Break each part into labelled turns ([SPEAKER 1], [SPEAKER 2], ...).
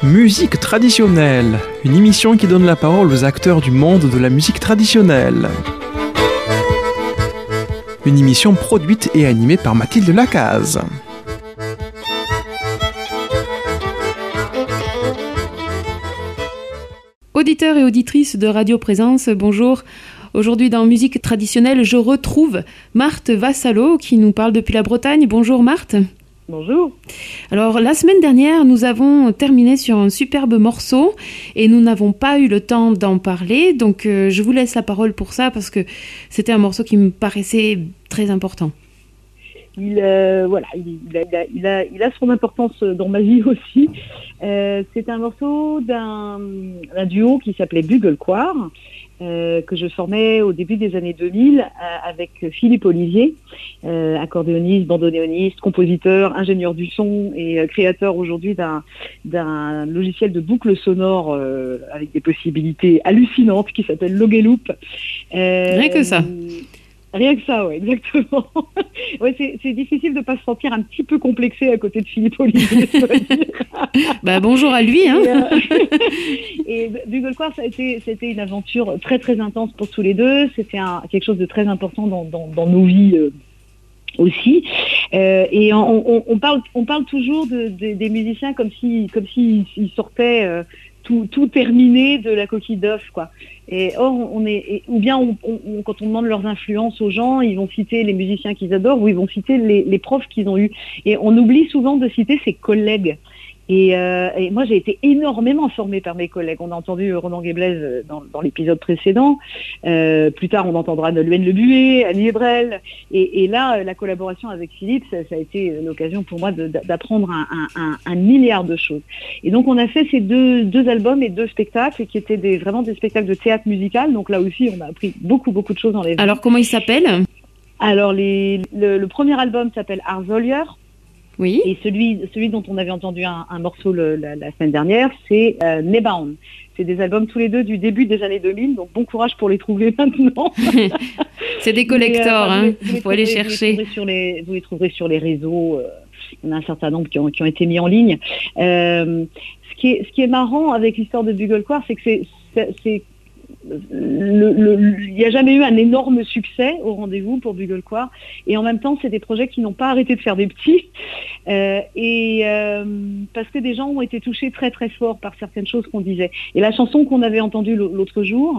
[SPEAKER 1] Musique traditionnelle, une émission qui donne la parole aux acteurs du monde de la musique traditionnelle. Une émission produite et animée par Mathilde Lacaze.
[SPEAKER 2] Auditeurs et auditrices de Radio Présence, bonjour. Aujourd'hui dans Musique traditionnelle, je retrouve Marthe Vassallo qui nous parle depuis la Bretagne. Bonjour Marthe.
[SPEAKER 3] Bonjour.
[SPEAKER 2] Alors la semaine dernière, nous avons terminé sur un superbe morceau et nous n'avons pas eu le temps d'en parler. Donc je vous laisse la parole pour ça parce que c'était un morceau qui me paraissait très important.
[SPEAKER 3] Il a son importance dans ma vie aussi. C'est un morceau d'un duo qui s'appelait Bugle Choir, que je formais au début des années 2000 avec Philippe Olivier, accordéoniste, bandoneoniste, compositeur, ingénieur du son et créateur aujourd'hui d'un logiciel de boucle sonore avec des possibilités hallucinantes qui s'appelle Logeloop.
[SPEAKER 2] Rien que ça.
[SPEAKER 3] Rien que ça, oui, exactement. Ouais, c'est difficile de ne pas se sentir un petit peu complexé à côté de Philippe Olivier, je dois dire.
[SPEAKER 2] Bonjour à lui. Hein.
[SPEAKER 3] Et Bugle Choir, c'était une aventure très très intense pour tous les deux. C'était quelque chose de très important dans nos vies aussi. Et on parle toujours des musiciens comme s'ils sortaient tout terminé de la coquille d'œuf, quoi. Et or, quand on demande leurs influences aux gens, ils vont citer les musiciens qu'ils adorent ou ils vont citer les profs qu'ils ont eus. Et on oublie souvent de citer ses collègues. Et moi, j'ai été énormément formée par mes collègues. On a entendu Ronan Guéblaise dans l'épisode précédent. Plus tard, on entendra Nolwenn Lebué, Annie Ebrel. Et là, la collaboration avec Philippe, ça a été l'occasion pour moi d'apprendre un milliard de choses. Et donc, on a fait ces deux albums et 2 spectacles qui étaient vraiment des spectacles de théâtre musical. Donc là aussi, on a appris beaucoup de choses dans les...
[SPEAKER 2] Alors, comment ils s'appellent ?
[SPEAKER 3] Alors, le premier album s'appelle Arzolier.
[SPEAKER 2] Oui.
[SPEAKER 3] Et celui dont on avait entendu un morceau la semaine dernière, c'est Nebound. C'est des albums tous les deux du début des années 2000, donc bon courage pour les trouver maintenant.
[SPEAKER 2] C'est des collectors, il faut aller chercher.
[SPEAKER 3] Vous les trouverez sur les réseaux, il y en a un certain nombre qui ont été mis en ligne. Ce qui est marrant avec l'histoire de Bugle Choir, c'est que il n'y a jamais eu un énorme succès au rendez-vous pour Bugle Choir, et en même temps c'est des projets qui n'ont pas arrêté de faire des petits parce que des gens ont été touchés très très fort par certaines choses qu'on disait. Et la chanson qu'on avait entendue l'autre jour,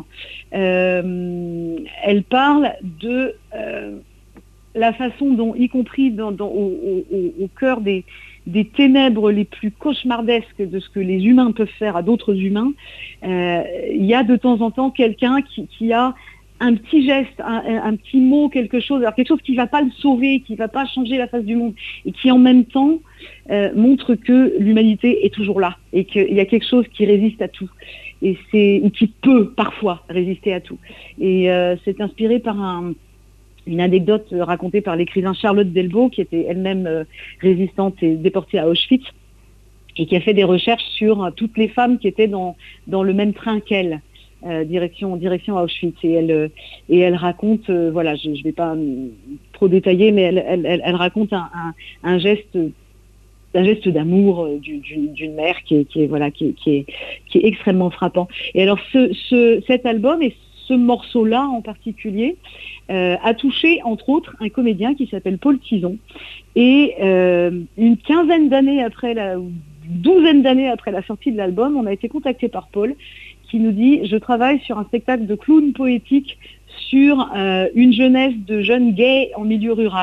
[SPEAKER 3] elle parle de la façon dont, y compris au cœur des ténèbres les plus cauchemardesques de ce que les humains peuvent faire à d'autres humains, il y a de temps en temps quelqu'un qui a un petit geste, un petit mot, quelque chose qui ne va pas le sauver, qui ne va pas changer la face du monde, et qui en même temps montre que l'humanité est toujours là, et qu'il y a quelque chose qui résiste à tout, et qui peut parfois résister à tout. Et c'est inspiré par une anecdote racontée par l'écrivain Charlotte Delbo, qui était elle-même résistante et déportée à Auschwitz, et qui a fait des recherches sur toutes les femmes qui étaient dans le même train qu'elle, direction Auschwitz. Et elle raconte, je ne vais pas trop détailler, mais elle raconte un geste d'amour d'une mère qui est extrêmement frappant. Et alors cet album et ce morceau-là en particulier a touché, entre autres, un comédien qui s'appelle Paul Tison. Et une quinzaine d'années une douzaine d'années après la sortie de l'album, on a été contacté par Paul qui nous dit « Je travaille sur un spectacle de clown poétique sur une jeunesse de jeunes gays en milieu rural. »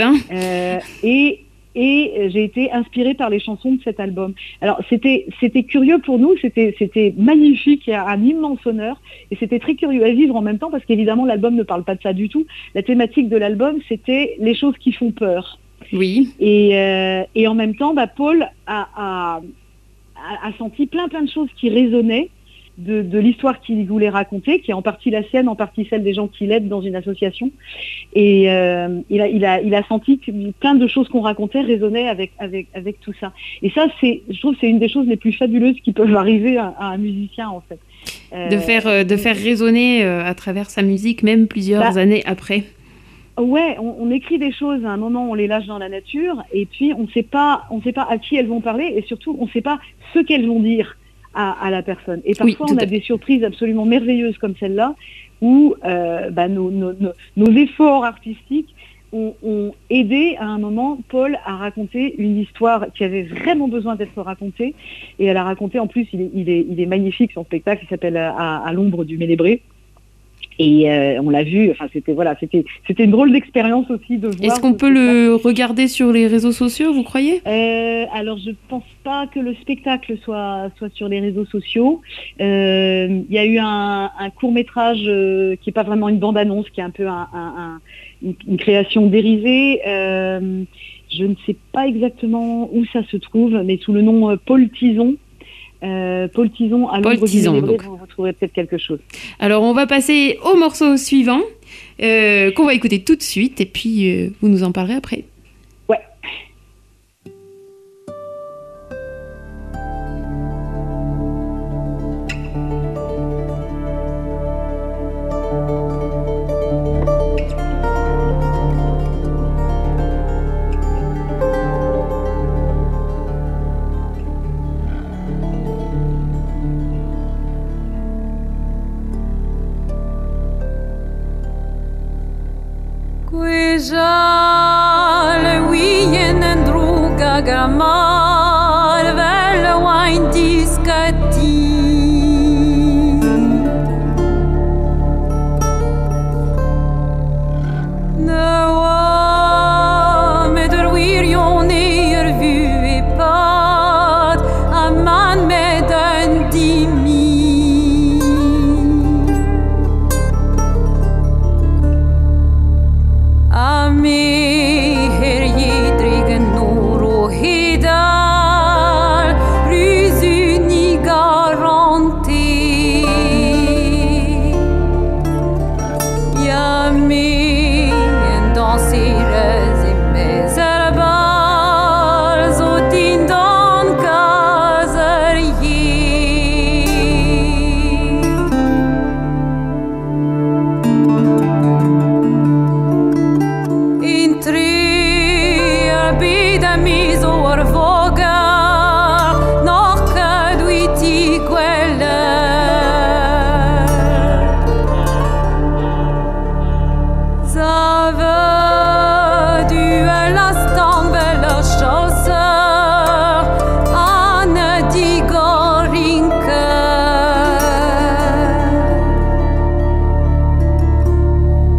[SPEAKER 3] Et j'ai été inspirée par les chansons de cet album. Alors c'était curieux pour nous, c'était magnifique, il y a un immense honneur, et c'était très curieux à vivre en même temps, parce qu'évidemment l'album ne parle pas de ça du tout. La thématique de l'album, c'était les choses qui font peur.
[SPEAKER 2] Oui.
[SPEAKER 3] Et en même temps, Paul a senti plein de choses qui résonnaient de l'histoire qu'il voulait raconter, qui est en partie la sienne, en partie celle des gens qui l'aident dans une association. Et il a senti que plein de choses qu'on racontait résonnaient avec tout ça. Et ça, je trouve que c'est une des choses les plus fabuleuses qui peuvent arriver à un musicien, en fait.
[SPEAKER 2] De faire résonner à travers sa musique, même plusieurs années après.
[SPEAKER 3] Ouais, on écrit des choses, à un moment on les lâche dans la nature, et puis on sait pas à qui elles vont parler, et surtout on ne sait pas ce qu'elles vont dire à la personne. Et parfois on a des surprises absolument merveilleuses comme celle-là, où nos efforts artistiques ont aidé à un moment Paul à raconter une histoire qui avait vraiment besoin d'être racontée, et elle a raconté, en plus il est magnifique son spectacle, il s'appelle à l'ombre du Mélébré. Et on l'a vu, enfin c'était une drôle d'expérience aussi de voir.
[SPEAKER 2] Est-ce qu'on peut le regarder sur les réseaux sociaux, vous croyez ?
[SPEAKER 3] Alors je pense pas que le spectacle soit sur les réseaux sociaux. Il y a eu un court-métrage qui est pas vraiment une bande-annonce, qui est un peu une création dérivée. Je ne sais pas exactement où ça se trouve, mais sous le nom Paul Tison. Paul Tison, à l'ombre du Mélébré, vous retrouverez peut-être quelque chose.
[SPEAKER 2] Alors on va passer au morceau suivant, qu'on va écouter tout de suite, et puis vous nous en parlerez après.
[SPEAKER 3] Ouais.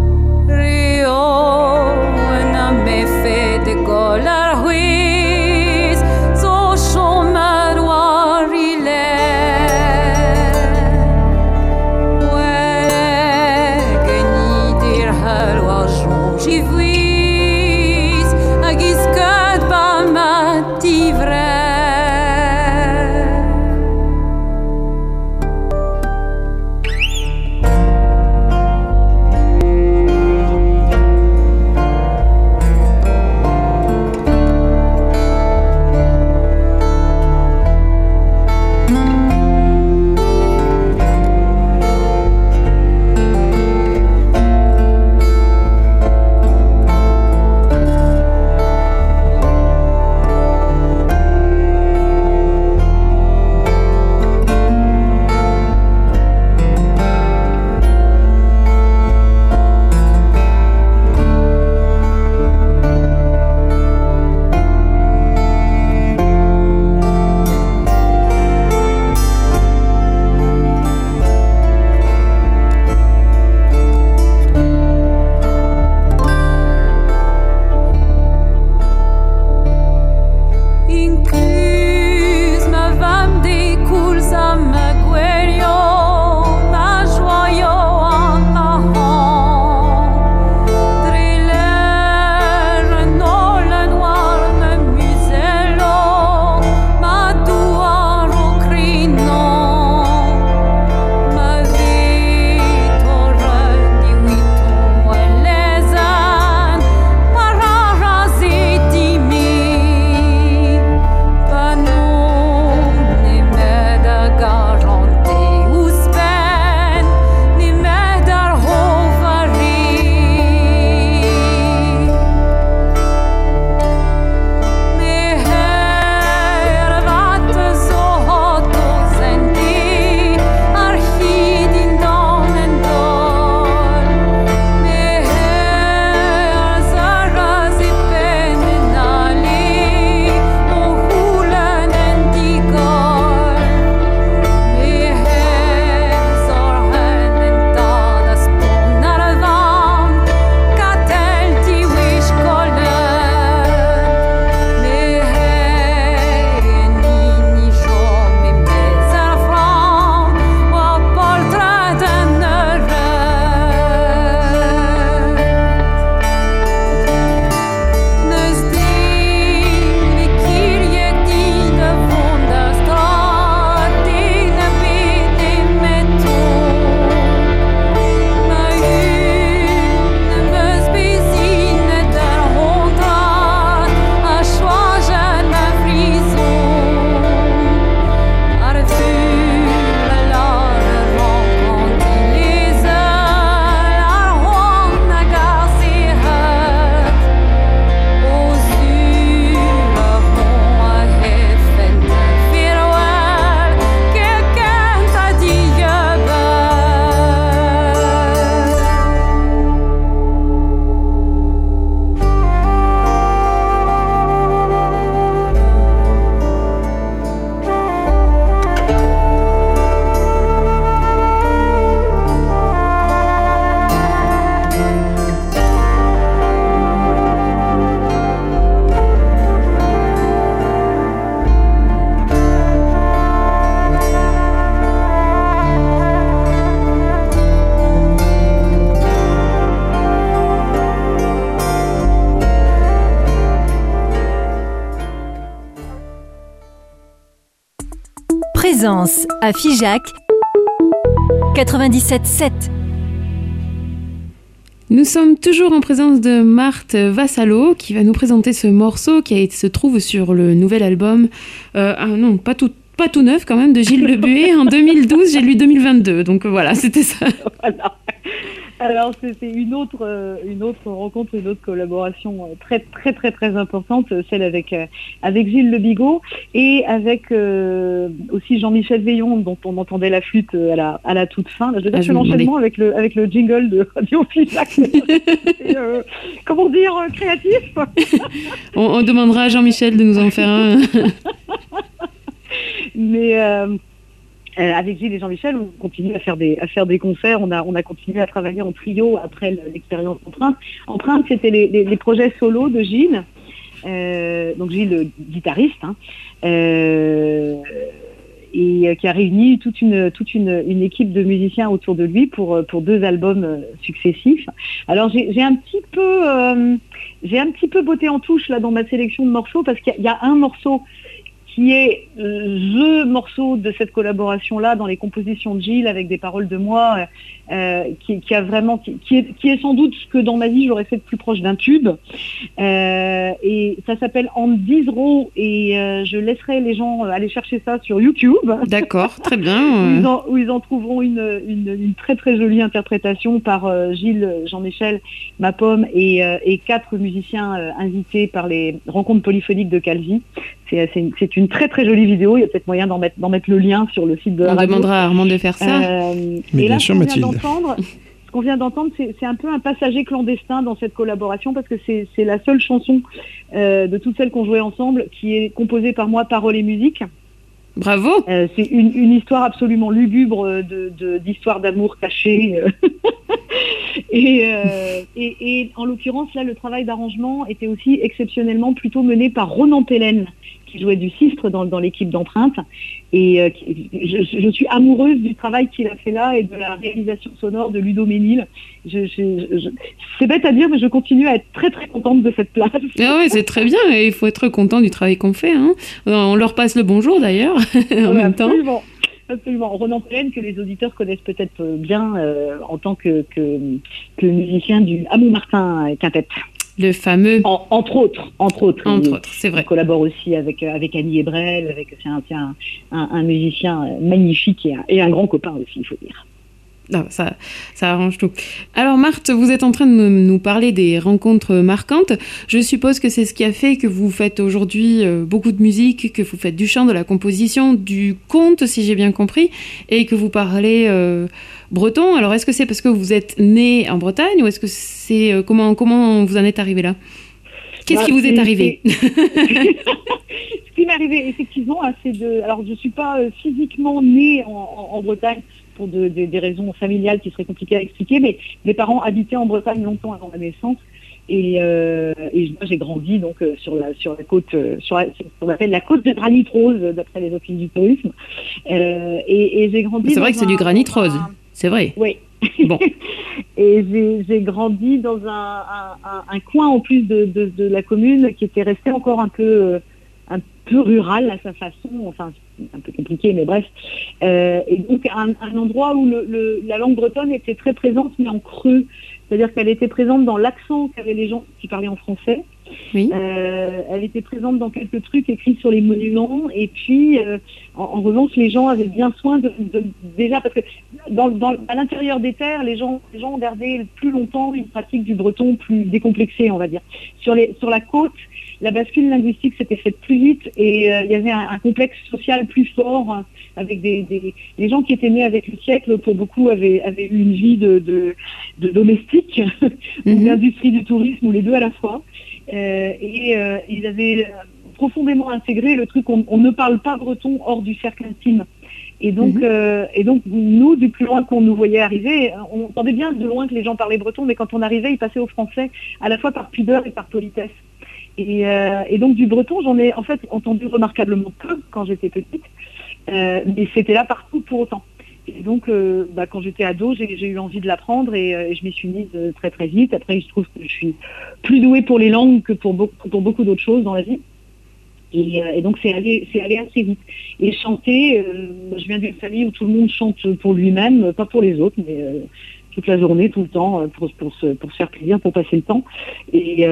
[SPEAKER 4] Rio, na me fe de golar hui. Plaisance à Figeac 97.7.
[SPEAKER 2] Nous sommes toujours en présence de Marthe Vassallo qui va nous présenter ce morceau qui se trouve sur le nouvel album, non pas tout neuf quand même, de Gilles Lebué en 2012, j'ai lu 2022, donc voilà, c'était ça.
[SPEAKER 3] Voilà. Alors c'est une autre rencontre, une autre collaboration très très très très importante, celle avec Gilles Le Bigot et avec aussi Jean-Michel Veillon, dont on entendait la flûte à la toute fin. Là, je fais l'enchaînement avec le jingle de Radio Figeac. Comment dire, créatif.
[SPEAKER 2] On demandera à Jean-Michel de nous en faire un.
[SPEAKER 3] Mais avec Gilles et Jean-Michel, on continue à faire des concerts. On a continué à travailler en trio après l'expérience Empreinte. Empreinte, c'était les projets solos de Gilles. Donc Gilles, le guitariste, et qui a réuni toute une équipe de musiciens autour de lui pour 2 albums successifs. Alors j'ai un petit peu botté en touche là dans ma sélection de morceaux parce qu'il y a un morceau qui est le morceau de cette collaboration-là dans les compositions de Gilles avec des paroles de moi, qui est sans doute ce que dans ma vie j'aurais fait de plus proche d'un tube. Et ça s'appelle Andizro et je laisserai les gens aller chercher ça sur YouTube.
[SPEAKER 2] D'accord, très bien.
[SPEAKER 3] Où ils en trouveront une très très jolie interprétation par Gilles, Jean-Michel, Ma Pomme et 4 musiciens invités par les rencontres polyphoniques de Calvi. C'est une très très jolie vidéo. Il y a peut-être moyen d'en mettre le lien sur le site de la radio.
[SPEAKER 2] On demandera à Armand de faire ça.
[SPEAKER 1] Mais bien sûr, Mathilde.
[SPEAKER 3] Ce qu'on vient d'entendre, c'est un peu un passager clandestin dans cette collaboration parce que c'est la seule chanson de toutes celles qu'on jouait ensemble qui est composée par moi, paroles et musique.
[SPEAKER 2] Bravo.
[SPEAKER 3] C'est une histoire absolument lugubre d'histoire d'amour cachée. Et en l'occurrence, là, le travail d'arrangement était aussi exceptionnellement plutôt mené par Ronan Pellen, qui jouait du sistre dans l'équipe d'Empreinte. Et je suis amoureuse du travail qu'il a fait là et de la réalisation sonore de Ludo Ménil. C'est bête à dire, mais je continue à être très très contente de cette place.
[SPEAKER 2] Ah ouais, c'est très bien, et il faut être content du travail qu'on fait. Hein. On leur passe le bonjour d'ailleurs, en même temps.
[SPEAKER 3] Absolument. Ronan Pellen, que les auditeurs connaissent peut-être bien en tant que musicien du à Montmartin Quintet.
[SPEAKER 2] Le fameux.
[SPEAKER 3] Entre autres,
[SPEAKER 2] c'est vrai.
[SPEAKER 3] Il collabore aussi avec Annie Ebrel, c'est un musicien magnifique et un grand copain aussi, il faut dire.
[SPEAKER 2] Non, ça arrange tout. Alors Marthe, vous êtes en train de nous parler des rencontres marquantes. Je suppose que c'est ce qui a fait que vous faites aujourd'hui beaucoup de musique, que vous faites du chant, de la composition, du conte, si j'ai bien compris, et que vous parlez breton. Alors est-ce que c'est parce que vous êtes né en Bretagne ou est-ce que c'est comment vous en êtes arrivé là ? Qu'est-ce qui vous est arrivé ?
[SPEAKER 3] Ce qui m'est arrivé, effectivement, alors je ne suis pas physiquement née en Bretagne pour des raisons familiales qui seraient compliquées à expliquer, mais mes parents habitaient en Bretagne longtemps avant ma naissance. Et moi j'ai grandi donc sur la côte, sur ce qu'on appelle la côte de granit rose d'après les offices du tourisme. Et j'ai grandi.
[SPEAKER 2] C'est vrai que c'est du granit rose, c'est vrai.
[SPEAKER 3] Oui.
[SPEAKER 2] Bon.
[SPEAKER 3] Et j'ai grandi dans un coin en plus de la commune qui était resté encore un peu rural à sa façon, enfin un peu compliqué, mais bref. Et donc un endroit où la langue bretonne était très présente, mais en creux. C'est-à-dire qu'elle était présente dans l'accent qu'avaient les gens qui parlaient en français.
[SPEAKER 2] Oui.
[SPEAKER 3] Elle était présente dans quelques trucs écrits sur les monuments. Et puis, en revanche, les gens avaient bien soin déjà, parce que à l'intérieur des terres, les gens ont gardé plus longtemps une pratique du breton plus décomplexée, on va dire. Sur la côte, la bascule linguistique s'était faite plus vite et il y avait un complexe social plus fort avec les gens qui étaient nés avec le siècle, pour beaucoup avaient eu une vie de domestique ou d'industrie du tourisme, ou les deux à la fois. Et ils avaient profondément intégré le truc on ne parle pas breton hors du cercle intime. Et donc nous, du plus loin qu'on nous voyait arriver, on entendait bien de loin que les gens parlaient breton, mais quand on arrivait, ils passaient au français à la fois par pudeur et par politesse. Et donc du breton, j'en ai en fait entendu remarquablement peu quand j'étais petite, mais c'était là partout pour autant. Et donc quand j'étais ado, j'ai eu envie de l'apprendre et je m'y suis mise très très vite. Après, il se trouve que je suis plus douée pour les langues que pour beaucoup d'autres choses dans la vie. Et donc c'est allé assez vite. Et chanter, je viens d'une famille où tout le monde chante pour lui-même, pas pour les autres, mais toute la journée, tout le temps, pour se faire plaisir, pour passer le temps. Et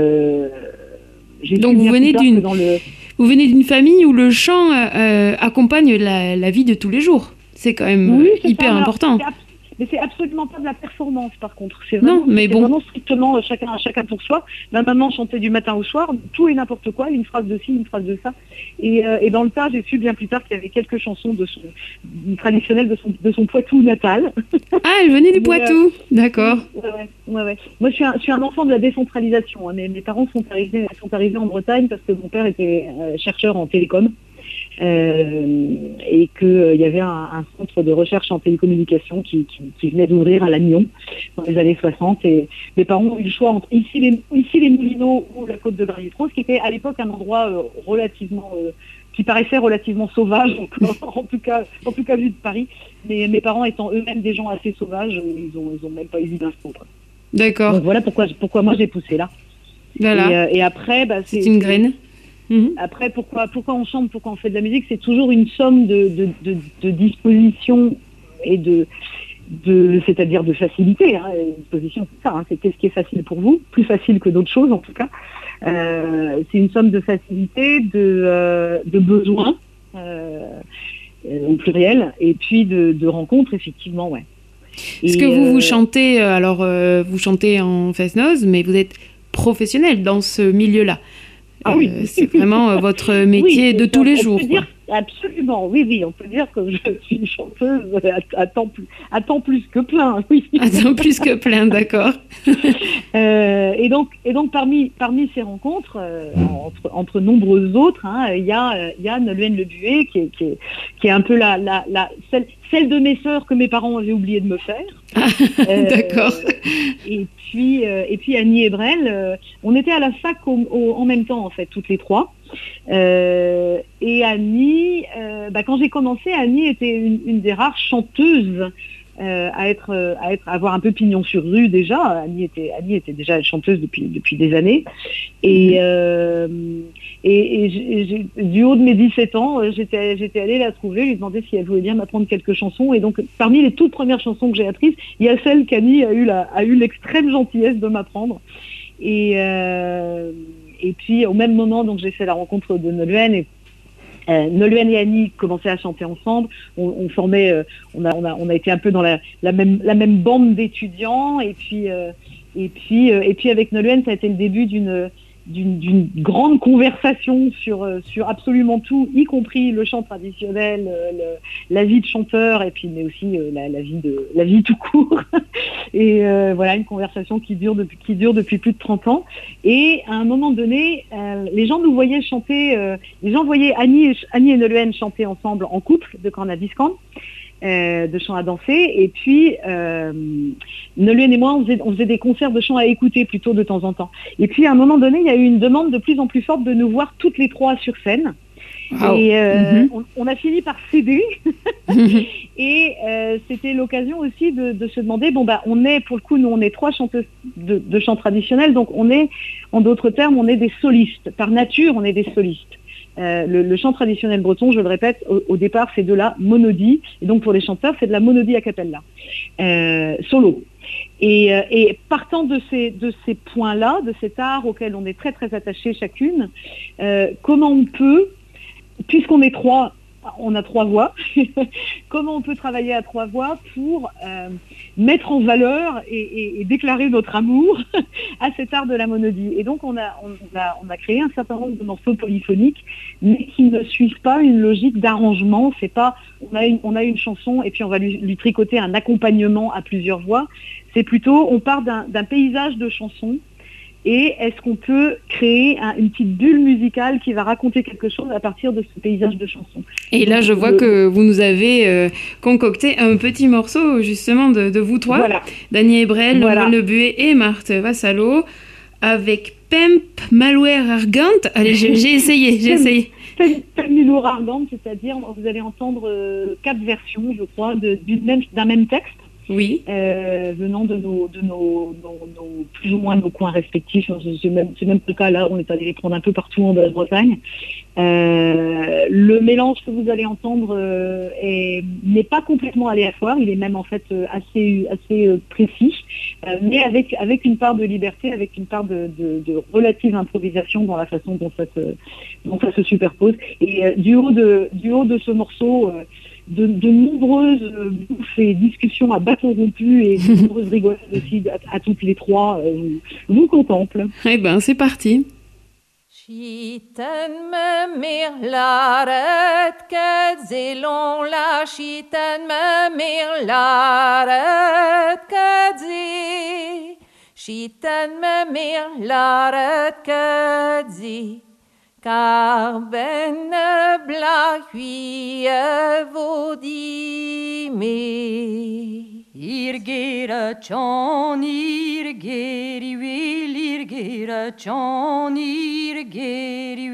[SPEAKER 2] donc vous venez d'une famille où le chant accompagne la vie de tous les jours. C'est quand même hyper important.
[SPEAKER 3] Mais c'est absolument pas de la performance, par contre.
[SPEAKER 2] Vraiment
[SPEAKER 3] strictement chacun pour soi. Ma maman chantait du matin au soir, tout et n'importe quoi, une phrase de ci, une phrase de ça. Et dans le tas, j'ai su bien plus tard qu'il y avait quelques chansons traditionnelles de son Poitou natal.
[SPEAKER 2] Ah, elle venait du Poitou, d'accord.
[SPEAKER 3] Ouais. Moi, je suis un enfant de la décentralisation. Hein. Mes parents sont arrivés en Bretagne parce que mon père était chercheur en télécom. Et qu'il y avait un centre de recherche en télécommunications qui venait d'ouvrir à Lannion dans les années 60. Et mes parents ont eu le choix entre ici les Moulineaux ou la côte de Bray-Vitros, qui était à l'époque un endroit qui paraissait relativement sauvage, en tout cas vu de Paris. Mais mes parents étant eux-mêmes des gens assez sauvages, ils ont même pas eu d'infos.
[SPEAKER 2] D'accord.
[SPEAKER 3] Donc voilà pourquoi moi j'ai poussé là.
[SPEAKER 2] Voilà.
[SPEAKER 3] Et après,
[SPEAKER 2] c'est une graine.
[SPEAKER 3] Après, pourquoi on chante, pourquoi on fait de la musique, c'est toujours une somme de dispositions et c'est-à-dire de facilité. Hein. Disposition, c'est ça. Hein. C'est qu'est-ce qui est facile pour vous, plus facile que d'autres choses en tout cas. C'est une somme de facilité, de besoins au pluriel, et puis de rencontres effectivement, ouais.
[SPEAKER 2] Est-ce que vous chantez vous chantez en fest-noz, mais vous êtes professionnel dans ce milieu-là?
[SPEAKER 3] Ah oui.
[SPEAKER 2] C'est vraiment votre métier de tous les jours.
[SPEAKER 3] Absolument, oui, on peut dire que je suis chanteuse à temps plus que plein, oui.
[SPEAKER 2] À temps plus que plein, d'accord.
[SPEAKER 3] Et donc parmi ces rencontres, entre nombreuses autres, hein, il y a Nolwenn Lebué qui est un peu celle de mes sœurs que mes parents avaient oublié de me faire.
[SPEAKER 2] D'accord.
[SPEAKER 3] Et puis Annie Ebrel, on était à la fac en même temps en fait, toutes les trois. Et Annie, quand j'ai commencé, Annie était une des rares chanteuses à avoir un peu pignon sur rue déjà. Annie était déjà chanteuse depuis des années. Et du haut de mes 17 ans, j'étais allée la trouver, lui demander si elle voulait bien m'apprendre quelques chansons. Et donc, parmi les toutes premières chansons que j'ai apprises, il y a celle qu'Annie a eu l'extrême gentillesse de m'apprendre. Et puis, au même moment, donc j'ai fait la rencontre de Nolwenn et Nolwenn et Annie commençaient à chanter ensemble. On formait, on a été un peu dans la même bande d'étudiants. Et puis avec Nolwenn, ça a été le début d'une grande conversation sur absolument tout, y compris le chant traditionnel, la vie de chanteur, et puis mais aussi la vie tout court. Et voilà, une conversation qui dure depuis plus de 30 ans. Et à un moment donné, les gens nous voyaient chanter, les gens voyaient Annie et Nolwenn chanter ensemble en couple de corne à discorde. De chant à danser, et puis Nolwenn et moi on faisait des concerts de chant à écouter plutôt de temps en temps. Et puis à un moment donné, il y a eu une demande de plus en plus forte de nous voir toutes les trois sur scène. Wow. Et on a fini par céder. Et c'était l'occasion aussi de se demander, on est, pour le coup, nous on est trois chanteuses de chant traditionnel, donc on est, en d'autres termes, on est des solistes. Par nature, on est des solistes. Le chant traditionnel breton, je le répète, au départ c'est de la monodie, et donc pour les chanteurs c'est de la monodie a cappella, solo. Et partant de ces points-là, de cet art auquel on est très très attachés chacune, comment on peut, puisqu'on est trois, on a trois voix, comment on peut travailler à trois voix pour mettre en valeur et déclarer notre amour à cet art de la monodie. Et donc on a créé un certain nombre de morceaux polyphoniques, mais qui ne suivent pas une logique d'arrangement. C'est pas on a une chanson et puis on va lui tricoter un accompagnement à plusieurs voix. C'est plutôt on part d'un paysage de chansons. Et est-ce qu'on peut créer une petite bulle musicale qui va raconter quelque chose à partir de ce paysage de chansons?
[SPEAKER 2] Et là, je vois que vous nous avez concocté un petit morceau, justement, de vous trois, voilà. Dany Ebrel, Nolwenn Lebué et Marthe Vassallo, avec Pemp Malware Argant. Allez, j'ai essayé.
[SPEAKER 3] Pemp Argant, c'est-à-dire, vous allez entendre 4 versions, je crois, d'un même texte. venant de nos plus ou moins nos coins respectifs. C'est même le cas là, on est allé les prendre un peu partout en Bretagne. Le mélange que vous allez entendre n'est pas complètement aléatoire, il est même en fait assez précis, mais avec une part de liberté, avec une part de relative improvisation dans la façon dont ça se superpose. Et du haut de ce morceau, de nombreuses bouffes et discussions à bâton rompu et de nombreuses rigolades aussi à toutes les trois vous contemplent.
[SPEAKER 2] Eh ben, c'est parti.
[SPEAKER 4] Schitten me mirlaret que zelon la schitten me mirlaret que ze schitten me mirlaret que ze car ben blachui vodime irgera chon irgeri will irgera chon irgeri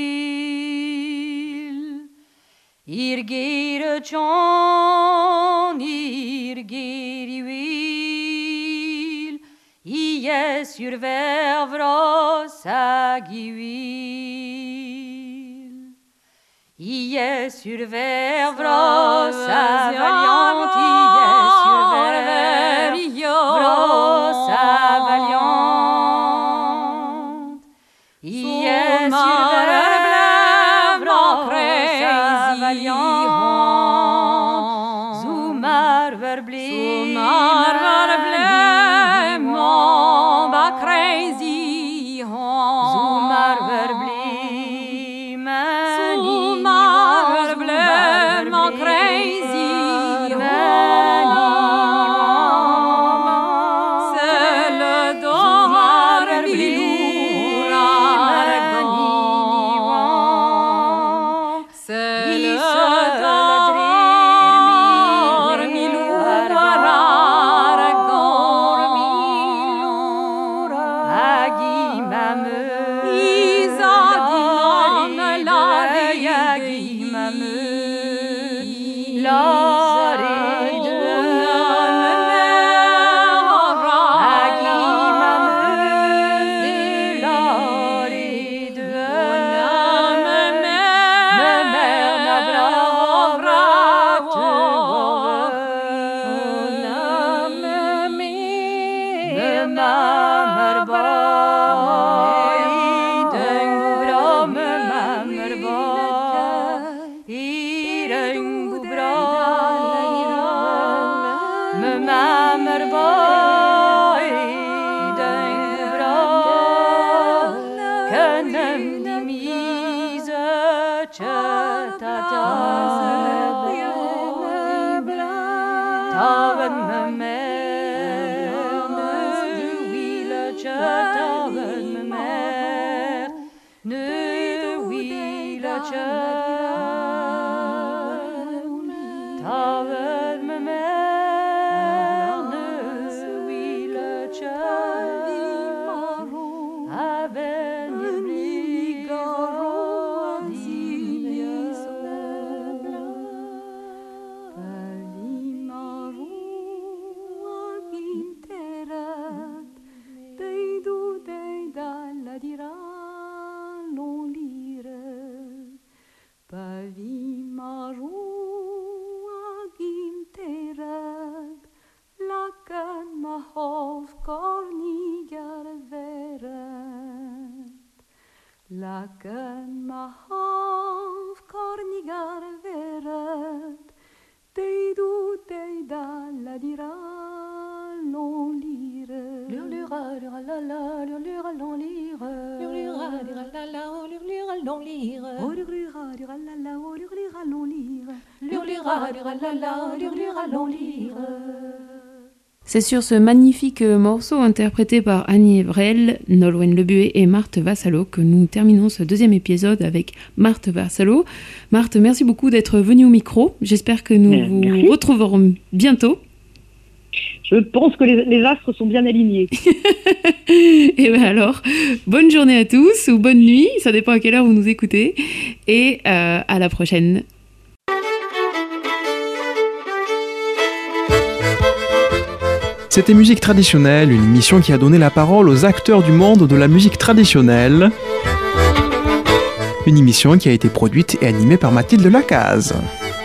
[SPEAKER 4] will irgera chon irgeri will ie survervros aguil ie survervros avaliant ie survervros avaliant ie survervros avaliant zumar verblem crazy zumar verblem crazy c'est le dor bilura c'est le dor bilura
[SPEAKER 5] Laken ma hav kornigar veret, deidu deida la dira non lire.
[SPEAKER 4] Lurlura lura la la lurlura non lire. Lurlura lura la la lurlura non lire.
[SPEAKER 5] Oh lurlura lura la la lurlura non lire.
[SPEAKER 4] Lurlura lura la la lurlura non lire.
[SPEAKER 2] C'est sur ce magnifique morceau interprété par Annie Evrel, Nolwenn Lebué et Marthe Vassalo que nous terminons ce deuxième épisode avec Marthe Vassalo. Marthe, merci beaucoup d'être venue au micro. J'espère que nous vous retrouverons bientôt.
[SPEAKER 3] Je pense que les astres sont bien alignés.
[SPEAKER 2] Et bien alors, bonne journée à tous ou bonne nuit, ça dépend à quelle heure vous nous écoutez. Et à la prochaine.
[SPEAKER 1] C'était Musique traditionnelle, une émission qui a donné la parole aux acteurs du monde de la musique traditionnelle. Une émission qui a été produite et animée par Mathilde Lacaze.